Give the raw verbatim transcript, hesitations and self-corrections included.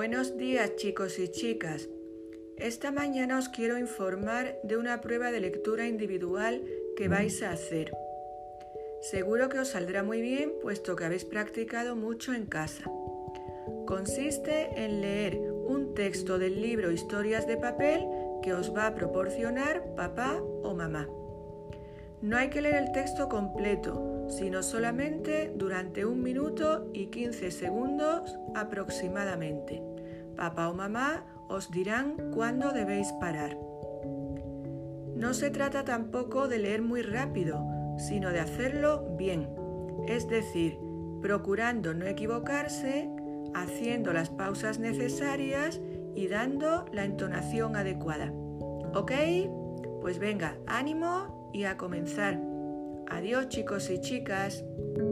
Buenos días, chicos y chicas. Esta mañana os quiero informar de una prueba de lectura individual que vais a hacer. Seguro que os saldrá muy bien, puesto que habéis practicado mucho en casa. Consiste en leer un texto del libro Historias de papel que os va a proporcionar papá o mamá. No hay que leer el texto completo, sino solamente durante un minuto y quince segundos aproximadamente. Papá o mamá os dirán cuándo debéis parar. No se trata tampoco de leer muy rápido, sino de hacerlo bien, es decir, procurando no equivocarse, haciendo las pausas necesarias y dando la entonación adecuada. ¿Ok? Pues venga, ánimo y a comenzar. Adiós, chicos y chicas.